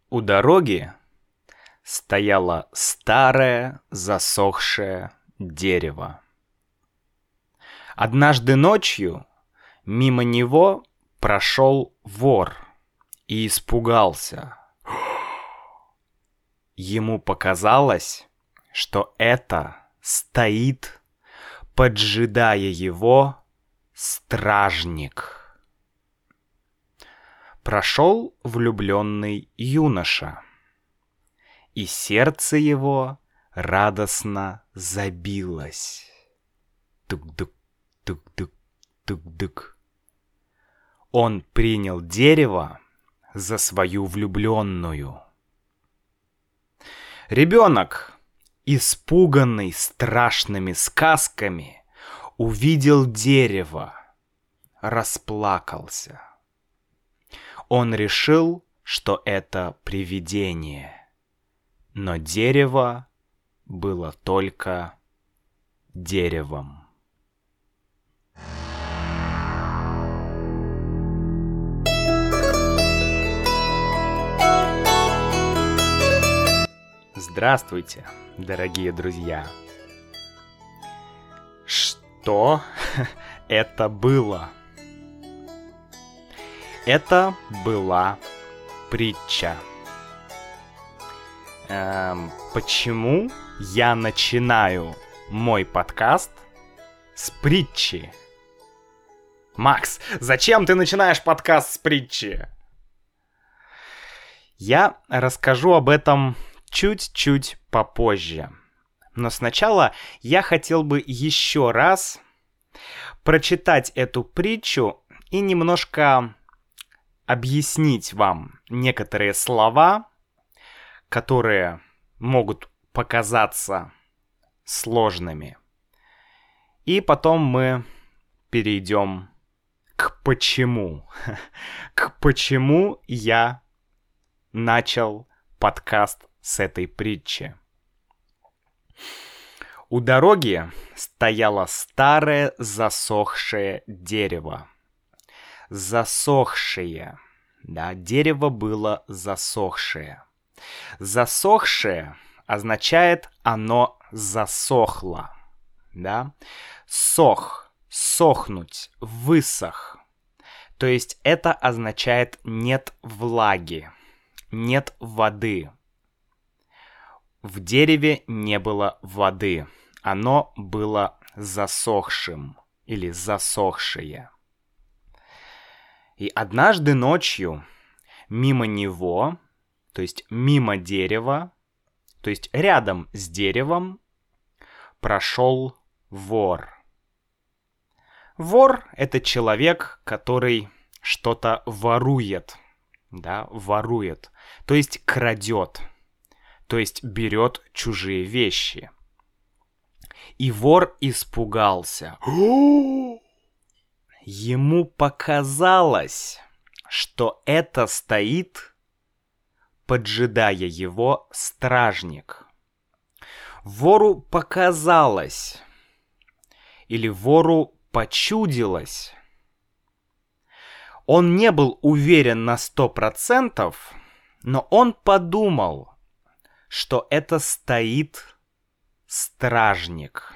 У дороги стояло старое засохшее дерево. Однажды ночью мимо него прошел вор и испугался. Ему показалось, что это стоит, поджидая его, стражник. Прошел влюбленный юноша, и сердце его радостно забилось. Тук-дук, тук-дук, тук-дук. Он принял дерево за свою влюбленную. Ребенок, испуганный страшными сказками, увидел дерево, расплакался. Он решил, что это привидение, но дерево было только деревом. Здравствуйте, дорогие друзья! Что это было? Это была притча. Почему я начинаю мой подкаст с притчи? Макс, зачем ты начинаешь подкаст с притчи? Я расскажу об этом чуть-чуть попозже. Но сначала я хотел бы еще раз прочитать эту притчу и немножко объяснить вам некоторые слова, которые могут показаться сложными. И потом мы перейдем к почему. К почему я начал подкаст с этой притчи. У дороги стояло старое засохшее дерево. Засохшее. Да, дерево было засохшее. Засохшее означает оно засохло. Да? Сохнуть, высох. То есть это означает нет влаги, нет воды. В дереве не было воды. Оно было засохшим или засохшее. И однажды ночью мимо него, то есть мимо дерева, то есть рядом с деревом, прошел вор. Вор — это человек, который что-то ворует, да, ворует, то есть крадет, то есть берет чужие вещи. И вор испугался. Ему показалось, что это стоит, поджидая его, стражник. Вору показалось, или вору почудилось. Он не был уверен на 100%, но он подумал, что это стоит стражник.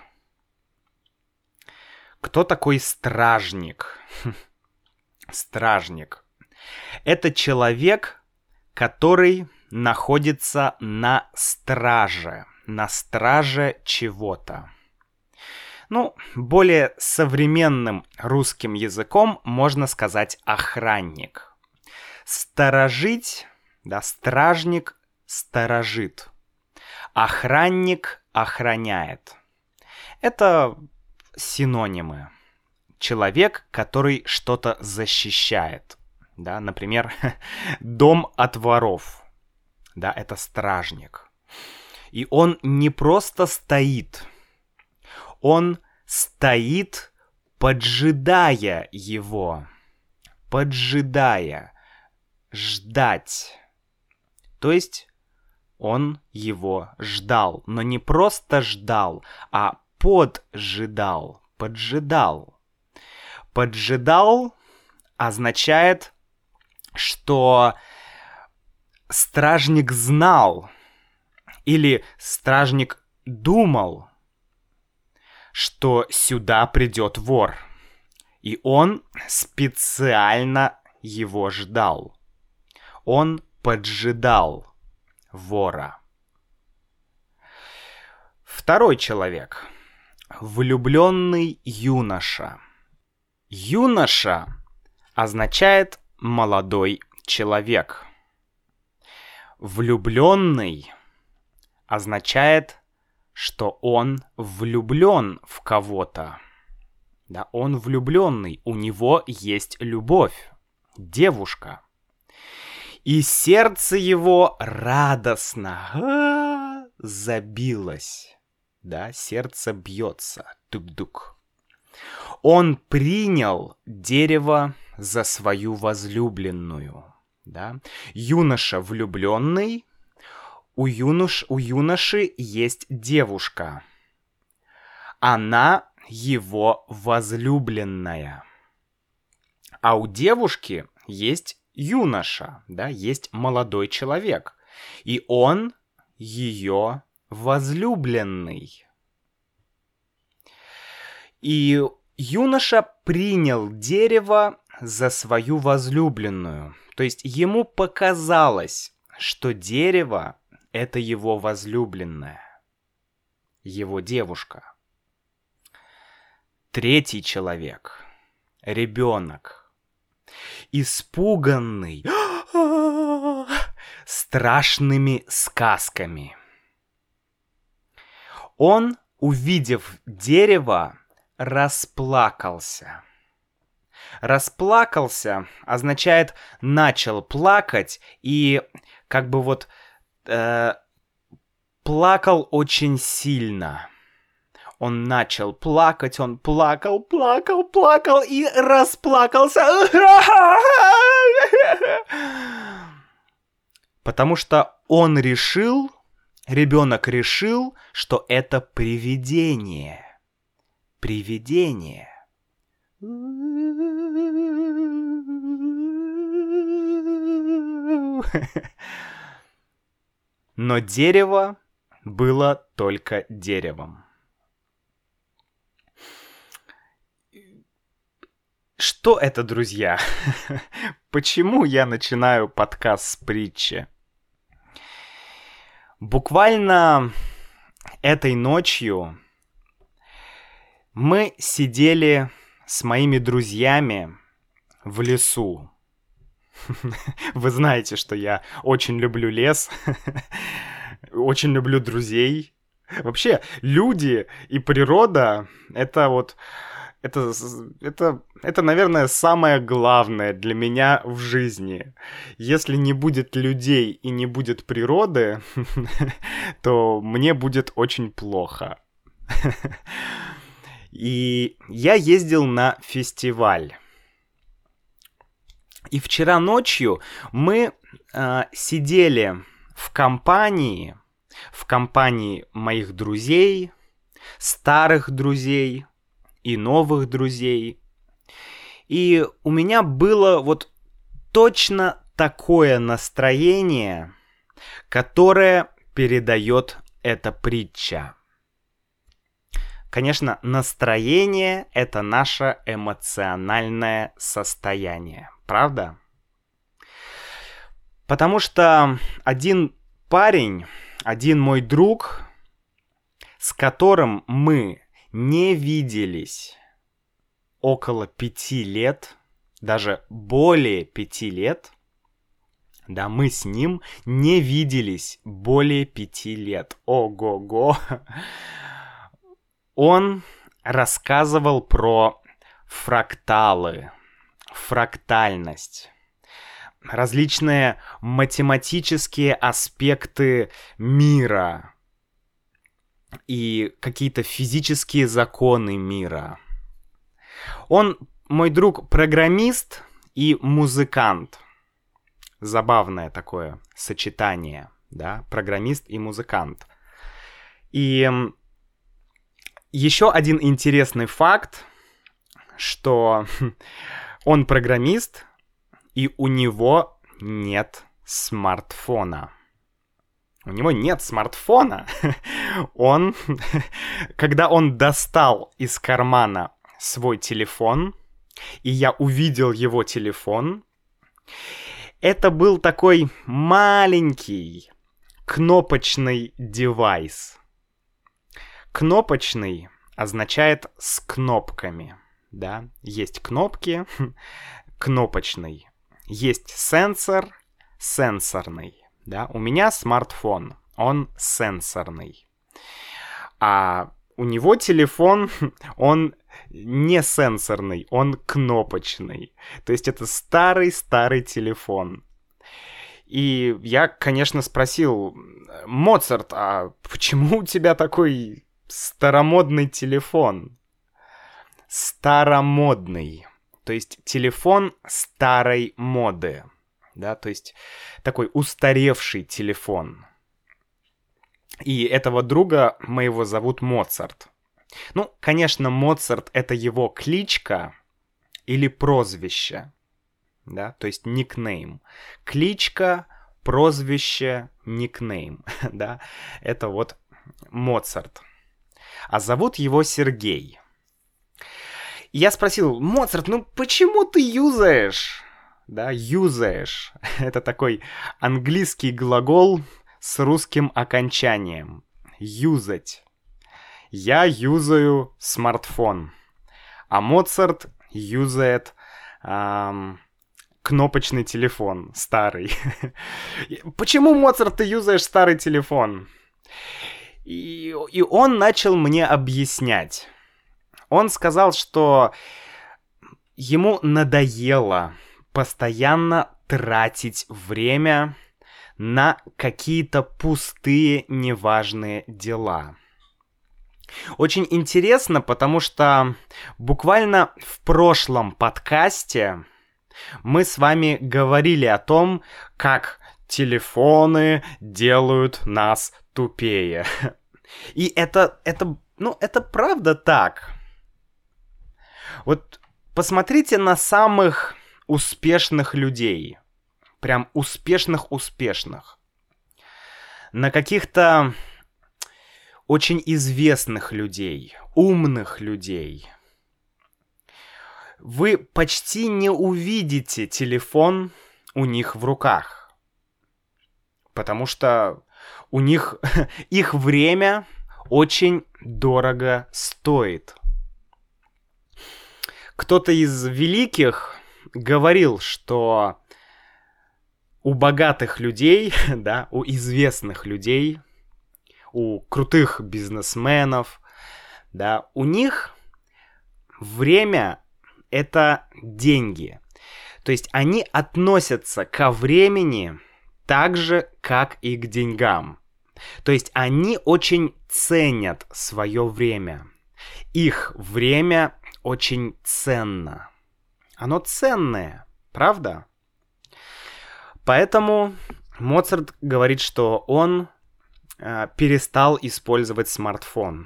Кто такой стражник? Стражник. Это человек, который находится на страже чего-то. Ну, более современным русским языком можно сказать охранник. Сторожить, да, стражник сторожит. Охранник охраняет. Это синонимы. Человек, который что-то защищает. Да, например, дом от воров. Да, это стражник. И он не просто стоит. Он стоит, поджидая его. Поджидая. Ждать. То есть он его ждал. Но не просто ждал, а поджидал. Поджидал. Поджидал означает, что стражник знал или стражник думал, что сюда придет вор, и он специально его ждал. Он поджидал вора. Второй человек. Влюбленный юноша. Юноша означает молодой человек. Влюбленный означает, что он влюблен в кого-то. Да, он влюбленный, у него есть любовь, девушка. И сердце его радостно забилось. Да, сердце бьется. Тук-дук. Он принял дерево за свою возлюбленную. Да? Юноша влюбленный, у юноши есть девушка. Она его возлюбленная. А у девушки есть юноша, да, есть молодой человек. И он ее возлюбленный. И юноша принял дерево за свою возлюбленную. То есть ему показалось, что дерево — это его возлюбленная, его девушка. Третий человек, ребенок, испуганный страшными сказками. Он, увидев дерево, расплакался. Расплакался означает начал плакать и как бы вот плакал очень сильно. Он начал плакать, он плакал и расплакался. Потому что он решил, ребенок решил, что это привидение. Привидение. Но дерево было только деревом. Что это, друзья? Почему я начинаю подкаст с притчи? Буквально этой ночью мы сидели с моими друзьями в лесу. Вы знаете, что я очень люблю лес, очень люблю друзей. Вообще, люди и природа — это вот... Это, наверное, самое главное для меня в жизни. Если не будет людей и не будет природы, то мне будет очень плохо. И я ездил на фестиваль. И вчера ночью мы сидели в компании моих друзей, старых друзей и новых друзей. И у меня было вот точно такое настроение, которое передает эта притча. Конечно, настроение — это наше эмоциональное состояние, правда? Потому что один парень, один мой друг, с которым мы не виделись около 5 лет, даже более 5 лет, да, мы с ним не виделись более 5 лет. Ого-го! Он рассказывал про фракталы, фрактальность, различные математические аспекты мира и какие-то физические законы мира. Он, мой друг, программист и музыкант. Забавное такое сочетание, да, программист и музыкант. И еще один интересный факт, что он программист, и у него нет смартфона. У него нет смартфона. Он, когда он достал из кармана свой телефон, и я увидел его телефон, это был такой маленький кнопочный девайс. Кнопочный означает с кнопками, да? Есть кнопки, кнопочный. Есть сенсор, сенсорный. Да, у меня смартфон, он сенсорный. А у него телефон, он не сенсорный, он кнопочный. То есть это старый-старый телефон. И я, конечно, спросил: Моцарт, а почему у тебя такой старомодный телефон? Старомодный. То есть телефон старой моды. Да, то есть такой устаревший телефон. И этого друга моего зовут Моцарт. Ну, конечно, Моцарт — это его кличка или прозвище. Да, то есть никнейм. Кличка, прозвище, никнейм. Да, это вот Моцарт. А зовут его Сергей. И я спросил: Моцарт, ну почему ты юзаешь? Да, юзаешь. Это такой английский глагол с русским окончанием. Юзать. Я юзаю смартфон. А Моцарт юзает кнопочный телефон старый. Почему, Моцарт, ты юзаешь старый телефон? И он начал мне объяснять. Он сказал, что ему надоело постоянно тратить время на какие-то пустые, неважные дела. Очень интересно, потому что буквально в прошлом подкасте мы с вами говорили о том, как телефоны делают нас тупее. И это правда так. Вот посмотрите на самых успешных людей. Прям успешных. На каких-то очень известных людей, умных людей. Вы почти не увидите телефон у них в руках. Потому что у них их время очень дорого стоит. Кто-то из великих говорил, что у богатых людей, да, у известных людей, у крутых бизнесменов, да, у них время — это деньги. То есть они относятся ко времени так же, как и к деньгам. То есть они очень ценят свое время. Их время очень ценно. Оно ценное, правда? Поэтому Моцарт говорит, что он перестал использовать смартфон.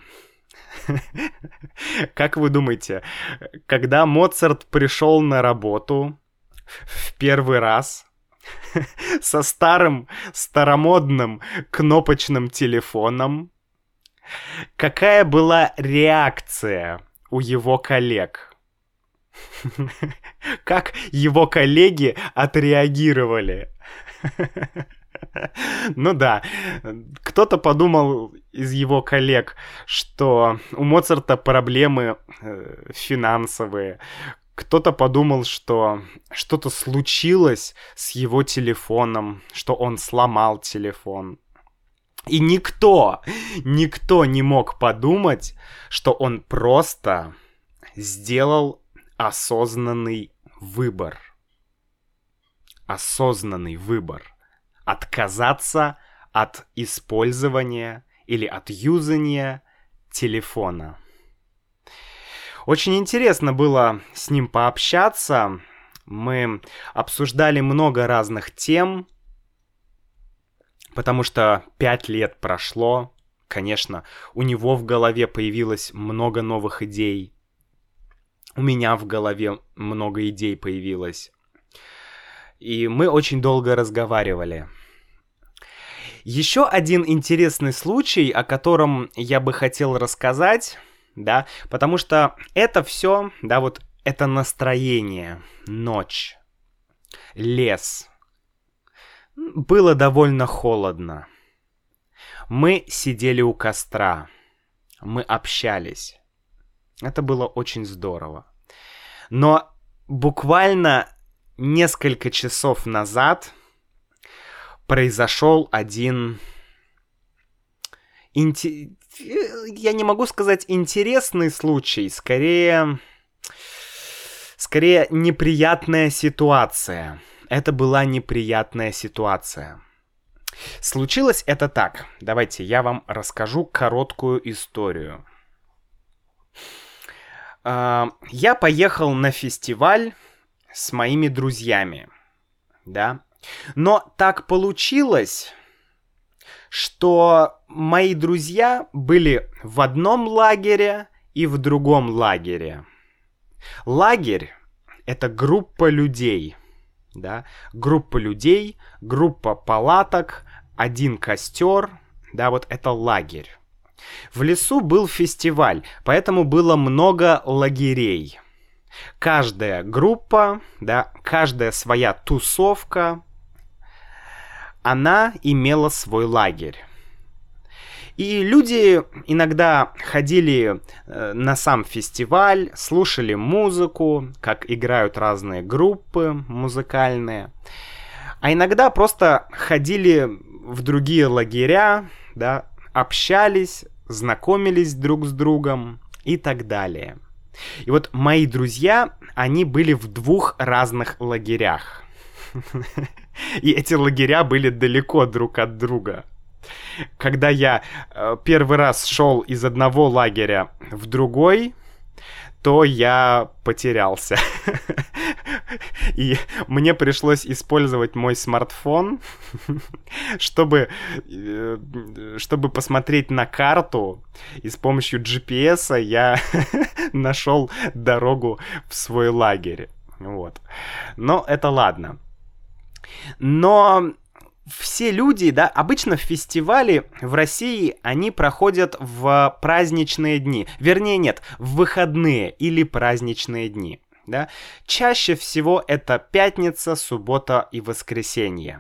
Как вы думаете, когда Моцарт пришел на работу в первый раз со старомодным кнопочным телефоном, какая была реакция у его коллег? Как его коллеги отреагировали? Ну да, кто-то подумал из его коллег, что у Моцарта проблемы финансовые. Кто-то подумал, что что-то случилось с его телефоном, что он сломал телефон. И никто не мог подумать, что он просто сделал осознанный выбор. Осознанный выбор. Отказаться от использования или от юзания телефона. Очень интересно было с ним пообщаться. Мы обсуждали много разных тем, потому что 5 лет прошло. Конечно, у него в голове появилось много новых идей. У меня в голове много идей появилось. И мы очень долго разговаривали. Еще один интересный случай, о котором я бы хотел рассказать, да, потому что это все, да, вот это настроение, ночь, лес. Было довольно холодно. Мы сидели у костра, мы общались. Это было очень здорово. Но буквально несколько часов назад произошел один, я не могу сказать интересный случай, скорее неприятная ситуация. Это была неприятная ситуация. Случилось это так. Давайте я вам расскажу короткую историю. Я поехал на фестиваль с моими друзьями, да. Но так получилось, что мои друзья были в одном лагере и в другом лагере. Лагерь — это группа людей, да, группа людей, группа палаток, один костер, да, вот это лагерь. В лесу был фестиваль, поэтому было много лагерей. Каждая группа, да, каждая своя тусовка, она имела свой лагерь. И люди иногда ходили на сам фестиваль, слушали музыку, как играют разные группы музыкальные. А иногда просто ходили в другие лагеря, да, общались, знакомились друг с другом и так далее. И вот мои друзья, они были в двух разных лагерях. И эти лагеря были далеко друг от друга. Когда я первый раз шел из одного лагеря в другой, то я потерялся. И мне пришлось использовать мой смартфон, чтобы посмотреть на карту. И с помощью GPS я нашел дорогу в свой лагерь. Вот. Но это ладно. Но все люди, да, обычно фестивали в России, они проходят в праздничные дни. Вернее, нет, в выходные или праздничные дни. Да? Чаще всего это пятница, суббота и воскресенье.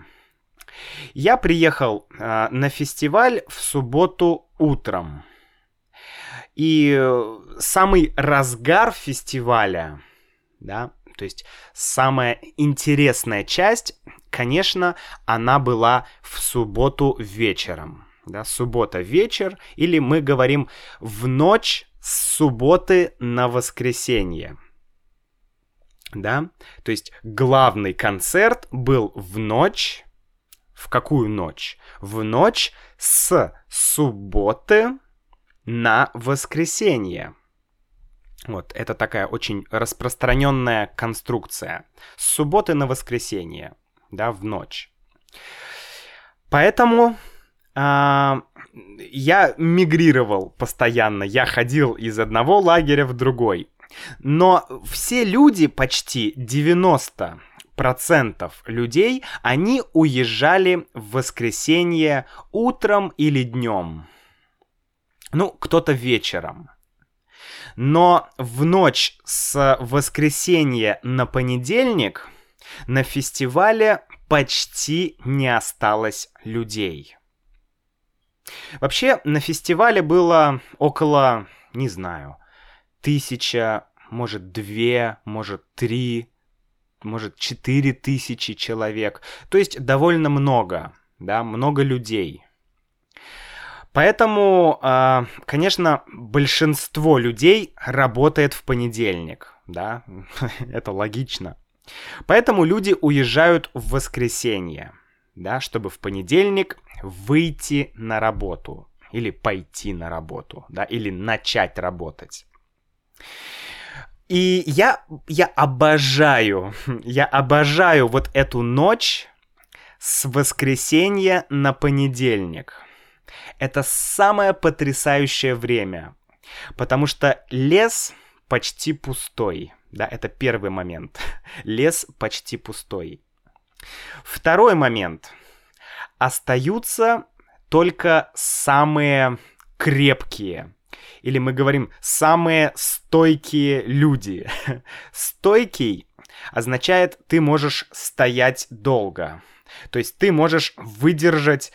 Я приехал на фестиваль в субботу утром. И самый разгар фестиваля, да, то есть самая интересная часть, конечно, она была в субботу вечером. Да, суббота вечер, или мы говорим в ночь с субботы на воскресенье. Да, то есть главный концерт был в ночь. В какую ночь? В ночь с субботы на воскресенье. Вот, это такая очень распространенная конструкция. С субботы на воскресенье, да, в ночь. Поэтому я мигрировал постоянно, я ходил из одного лагеря в другой. Но все люди, почти 90% людей, они уезжали в воскресенье утром или днем. Ну, кто-то вечером. Но в ночь с воскресенья на понедельник на фестивале почти не осталось людей. Вообще, на фестивале было около, не знаю, 1000, может 2, может 3, может 4000 человек. То есть довольно много, да, много людей. Поэтому, конечно, большинство людей работает в понедельник, да, это логично. Поэтому люди уезжают в воскресенье, да, чтобы в понедельник выйти на работу или пойти на работу, да, или начать работать. И я обожаю вот эту ночь с воскресенья на понедельник. Это самое потрясающее время, потому что лес почти пустой. Да, это первый момент. Лес почти пустой. Второй момент. Остаются только самые крепкие. Или мы говорим самые стойкие люди. Стойкий означает, ты можешь стоять долго. То есть ты можешь выдержать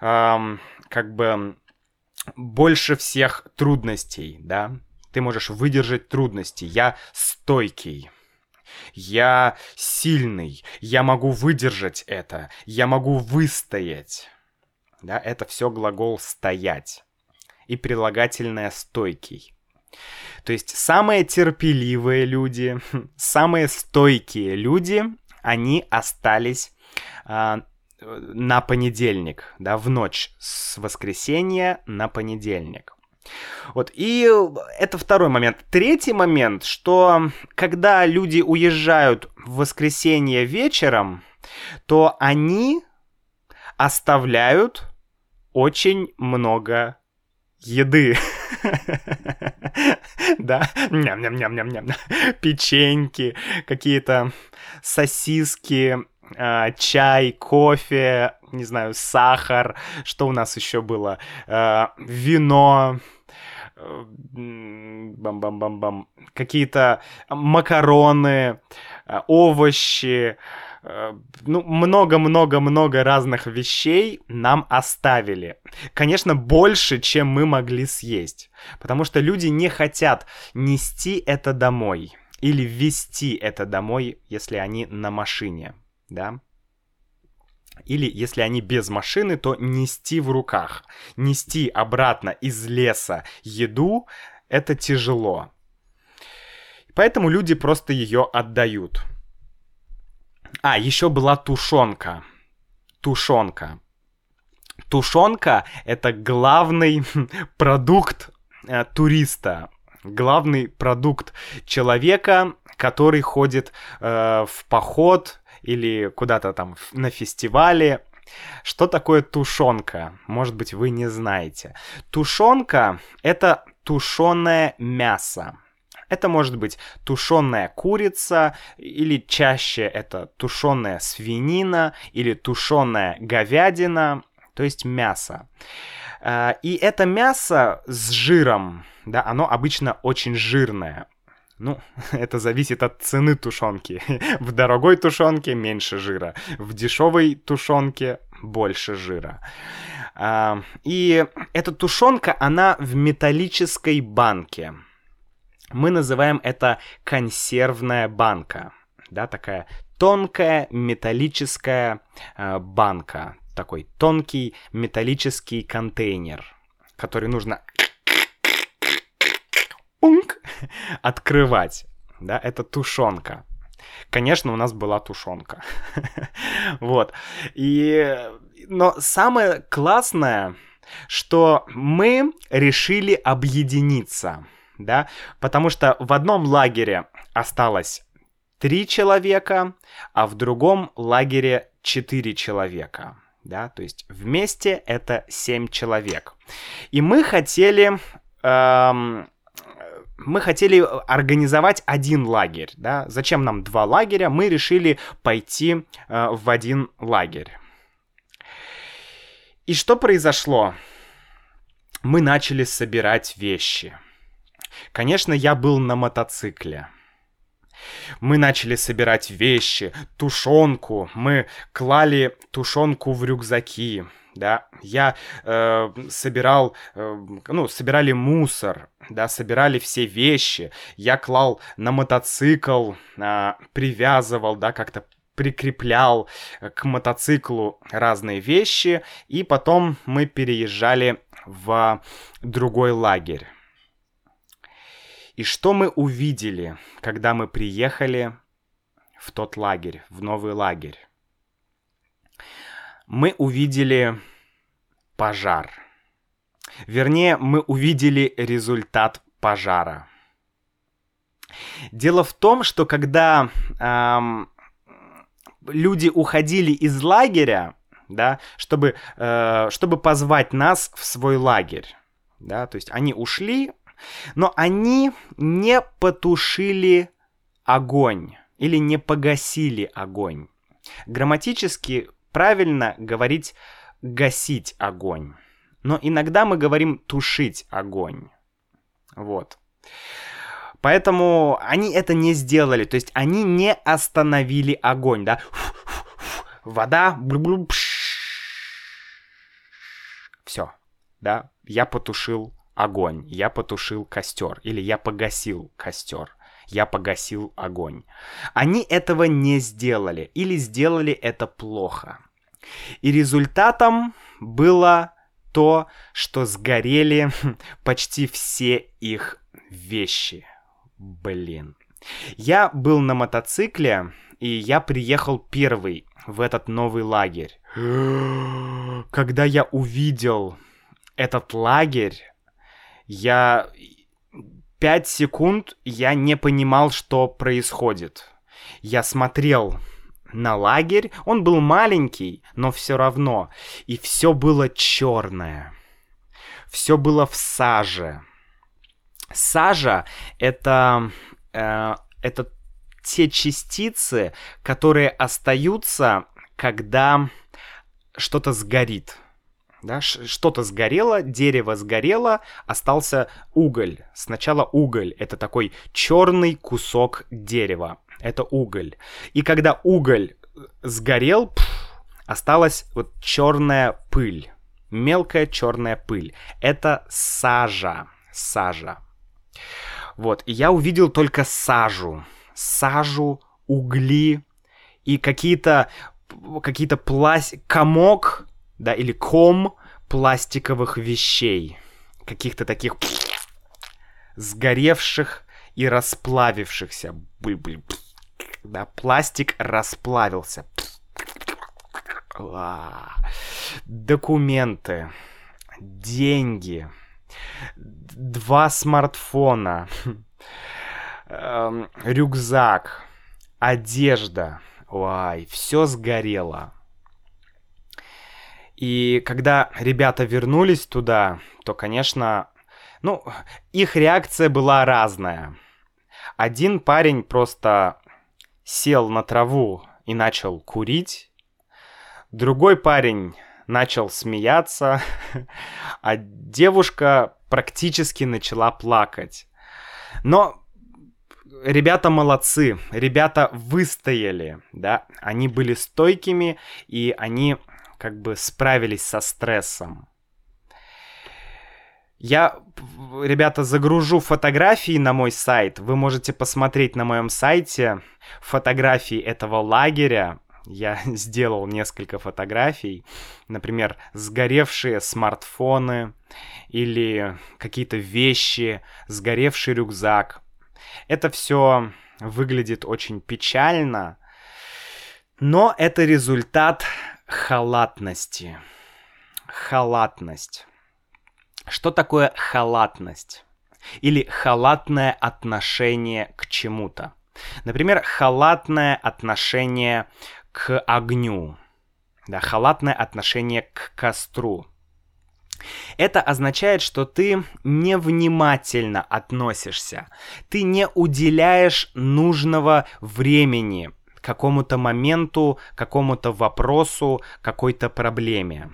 больше всех трудностей, да? Ты можешь выдержать трудности. Я стойкий. Я сильный. Я могу выдержать это. Я могу выстоять. Да, это все глагол «стоять». И прилагательное «стойкий». То есть самые терпеливые люди, самые стойкие люди, они остались на понедельник, да, в ночь с воскресенья на понедельник. Вот, и это второй момент. Третий момент, что когда люди уезжают в воскресенье вечером, то они оставляют очень много еды. Да, ням-ням-ням-ням-ням. Печеньки, какие-то сосиски, чай, кофе, не знаю, сахар. Что у нас еще было? Вино. Бам-бам-бам-бам. Какие-то макароны, овощи. Ну, много-много-много разных вещей нам оставили. Конечно, больше, чем мы могли съесть. Потому что люди не хотят нести это домой. Или везти это домой, если они на машине. Да? Или если они без машины, то нести в руках. Нести обратно из леса еду — это тяжело. Поэтому люди просто ее отдают. Еще была тушенка. Тушенка. Тушенка — это главный продукт туриста. Главный продукт человека, который ходит в поход или куда-то там на фестивале. Что такое тушенка? Может быть, вы не знаете. Тушенка — это тушеное мясо. Это может быть тушеная курица, или чаще это тушеная свинина, или тушеная говядина, то есть мясо. И это мясо с жиром, да, оно обычно очень жирное. Ну, это зависит от цены тушенки. В дорогой тушенке меньше жира, в дешевой тушенке больше жира. И эта тушенка, она в металлической банке. Мы называем это консервная банка. Да, такая тонкая металлическая банка. Такой тонкий металлический контейнер, который нужно открывать. Да, это тушенка. Конечно, у нас была тушенка. Вот. Но самое классное, что мы решили объединиться. Да? Потому что в одном лагере осталось 3 человека, а в другом лагере 4 человека. Да? То есть вместе это 7 человек. И мы хотели организовать один лагерь. Да? Зачем нам 2 лагеря? Мы решили пойти в один лагерь. И что произошло? Мы начали собирать вещи. Конечно, я был на мотоцикле. Мы начали собирать вещи, тушенку. Мы клали тушенку в рюкзаки. Да? Я собирали мусор, да, собирали все вещи. Я клал на мотоцикл, привязывал, да, как-то прикреплял к мотоциклу разные вещи. И потом мы переезжали в другой лагерь. И что мы увидели, когда мы приехали в тот лагерь, в новый лагерь? Мы увидели пожар. Вернее, мы увидели результат пожара. Дело в том, что когда люди уходили из лагеря, да, чтобы позвать нас в свой лагерь, да, то есть они ушли, но они не потушили огонь или не погасили огонь. Грамматически правильно говорить «гасить огонь». Но иногда мы говорим «тушить огонь». Вот. Поэтому они это не сделали. То есть они не остановили огонь, да? Вода. Все, да? Я потушил огонь. Я потушил костер. Или я погасил костер. Я погасил огонь. Они этого не сделали. Или сделали это плохо. И результатом было то, что сгорели почти все их вещи. Блин. Я был на мотоцикле, и я приехал первый в этот новый лагерь. Когда я увидел этот лагерь, 5 секунд я не понимал, что происходит. Я смотрел на лагерь, он был маленький, но все равно. И все было черное. Все было в саже. Сажа — это те частицы, которые остаются, когда что-то сгорит. Да? Что-то сгорело, дерево сгорело, остался уголь. Сначала уголь — это такой черный кусок дерева. Это уголь. И когда уголь сгорел, осталась вот черная пыль. Мелкая черная пыль. Это сажа. Сажа. Вот. И я увидел только сажу. Сажу, угли и какие-то комок, да, или ком пластиковых вещей. Каких-то таких сгоревших и расплавившихся. Да, пластик расплавился. Документы, деньги, 2 смартфона, рюкзак, одежда. Ой, все сгорело. И когда ребята вернулись туда, то, конечно, их реакция была разная. Один парень просто сел на траву и начал курить. Другой парень начал смеяться, а девушка практически начала плакать. Но ребята молодцы, ребята выстояли, да, они были стойкими, и они как бы справились со стрессом. Я, ребята, загружу фотографии на мой сайт. Вы можете посмотреть на моем сайте фотографии этого лагеря. Я сделал несколько фотографий. Например, сгоревшие смартфоны или какие-то вещи, сгоревший рюкзак. Это все выглядит очень печально, но это результат халатности. Халатность. Что такое халатность? Или халатное отношение к чему-то? Например, халатное отношение к огню. Да, халатное отношение к костру. Это означает, что ты невнимательно относишься. Ты не уделяешь нужного времени какому-то моменту, какому-то вопросу, какой-то проблеме.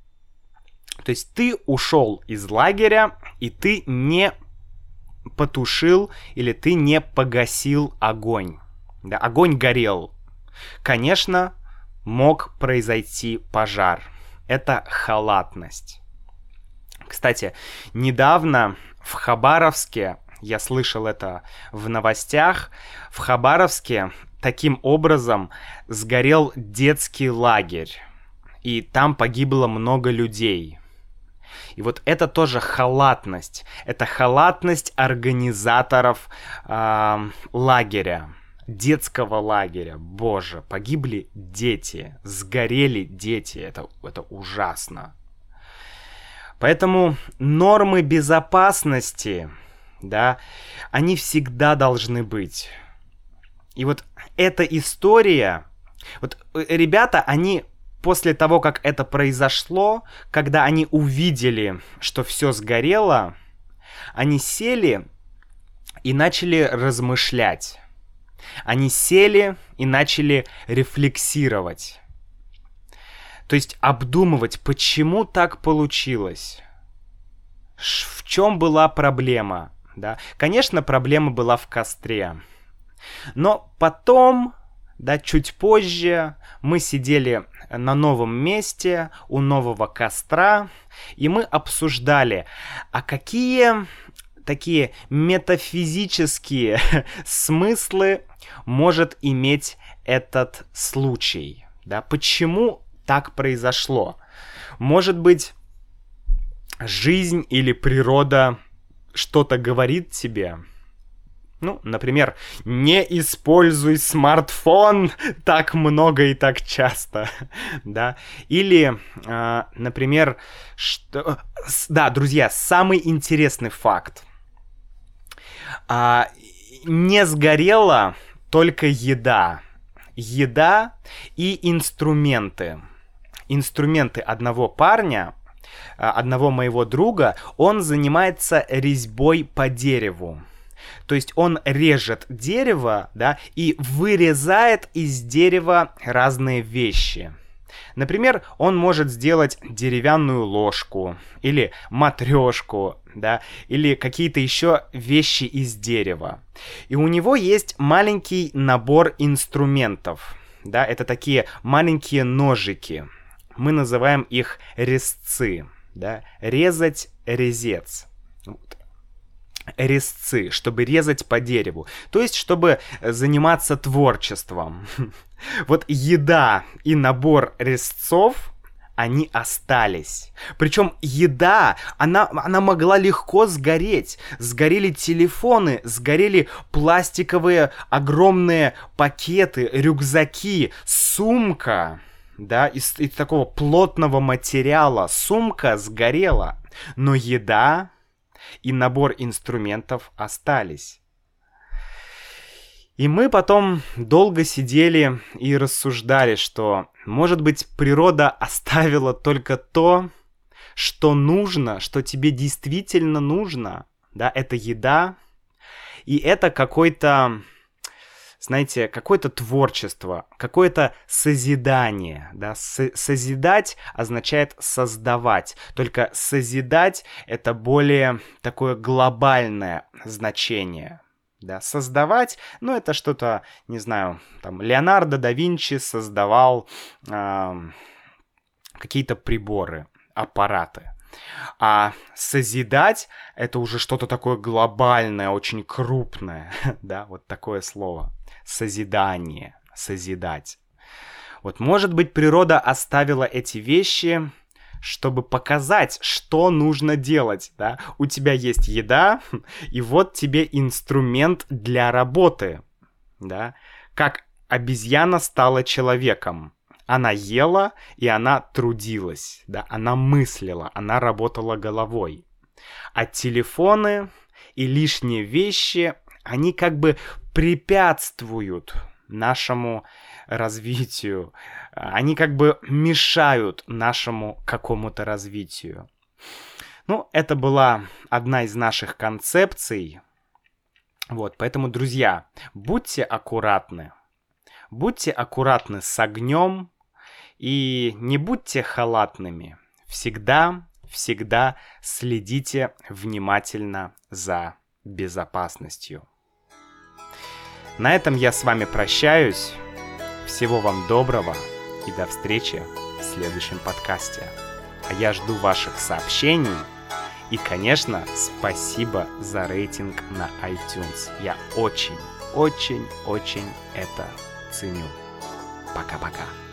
То есть ты ушел из лагеря, и ты не потушил или ты не погасил огонь. Да, огонь горел. Конечно, мог произойти пожар. Это халатность. Кстати, недавно в Хабаровске, я слышал это в новостях, в Хабаровске таким образом сгорел детский лагерь. И там погибло много людей. И вот это тоже халатность. Это халатность организаторов лагеря. Детского лагеря. Боже, погибли дети. Сгорели дети. Это ужасно. Поэтому нормы безопасности, да, они всегда должны быть. И вот эта история... Вот ребята, они... После того, как это произошло, когда они увидели, что все сгорело, они сели и начали размышлять. Они сели и начали рефлексировать. То есть обдумывать, почему так получилось. В чем была проблема? Да? Конечно, проблема была в костре. Но потом, да, чуть позже, мы сидели на новом месте, у нового костра, и мы обсуждали, а какие такие метафизические смыслы может иметь этот случай. Да? Почему так произошло? Может быть, жизнь или природа что-то говорит тебе? Ну, например, не используй смартфон так много и так часто, да? Или, например, что... Да, друзья, самый интересный факт. Не сгорела только еда. Еда и инструменты. Инструменты одного парня, одного моего друга, он занимается резьбой по дереву. То есть он режет дерево, да, и вырезает из дерева разные вещи. Например, он может сделать деревянную ложку или матрешку, да, или какие-то еще вещи из дерева. И у него есть маленький набор инструментов, да, это такие маленькие ножики. Мы называем их резцы, да, резать резец. Резцы, чтобы резать по дереву. То есть, чтобы заниматься творчеством. Вот еда и набор резцов, они остались. Причем еда, она могла легко сгореть. Сгорели телефоны, сгорели пластиковые огромные пакеты, рюкзаки, сумка. Да, из такого плотного материала сумка сгорела. Но еда и набор инструментов остались. И мы потом долго сидели и рассуждали, что, может быть, природа оставила только то, что нужно, что тебе действительно нужно. Да, это еда, и это какой-то, знаете, какое-то творчество, какое-то созидание. Да? Созидать означает создавать. Только созидать — это более такое глобальное значение. Да? Создавать, ну, это что-то, не знаю, там, Леонардо да Винчи создавал какие-то приборы, аппараты. А созидать — это уже что-то такое глобальное, очень крупное. Да, вот такое слово. Созидание, созидать. Вот, может быть, природа оставила эти вещи, чтобы показать, что нужно делать. Да? У тебя есть еда, и вот тебе инструмент для работы. Да? Как обезьяна стала человеком. Она ела, и она трудилась, да? Она мыслила, она работала головой. А телефоны и лишние вещи, они как бы препятствуют нашему развитию. Они как бы мешают нашему какому-то развитию. Ну, это была одна из наших концепций. Вот, поэтому, друзья, будьте аккуратны. Будьте аккуратны с огнем и не будьте халатными. Всегда следите внимательно за безопасностью. На этом я с вами прощаюсь. Всего вам доброго и до встречи в следующем подкасте. А я жду ваших сообщений. И, конечно, спасибо за рейтинг на iTunes. Я очень это ценю. Пока-пока.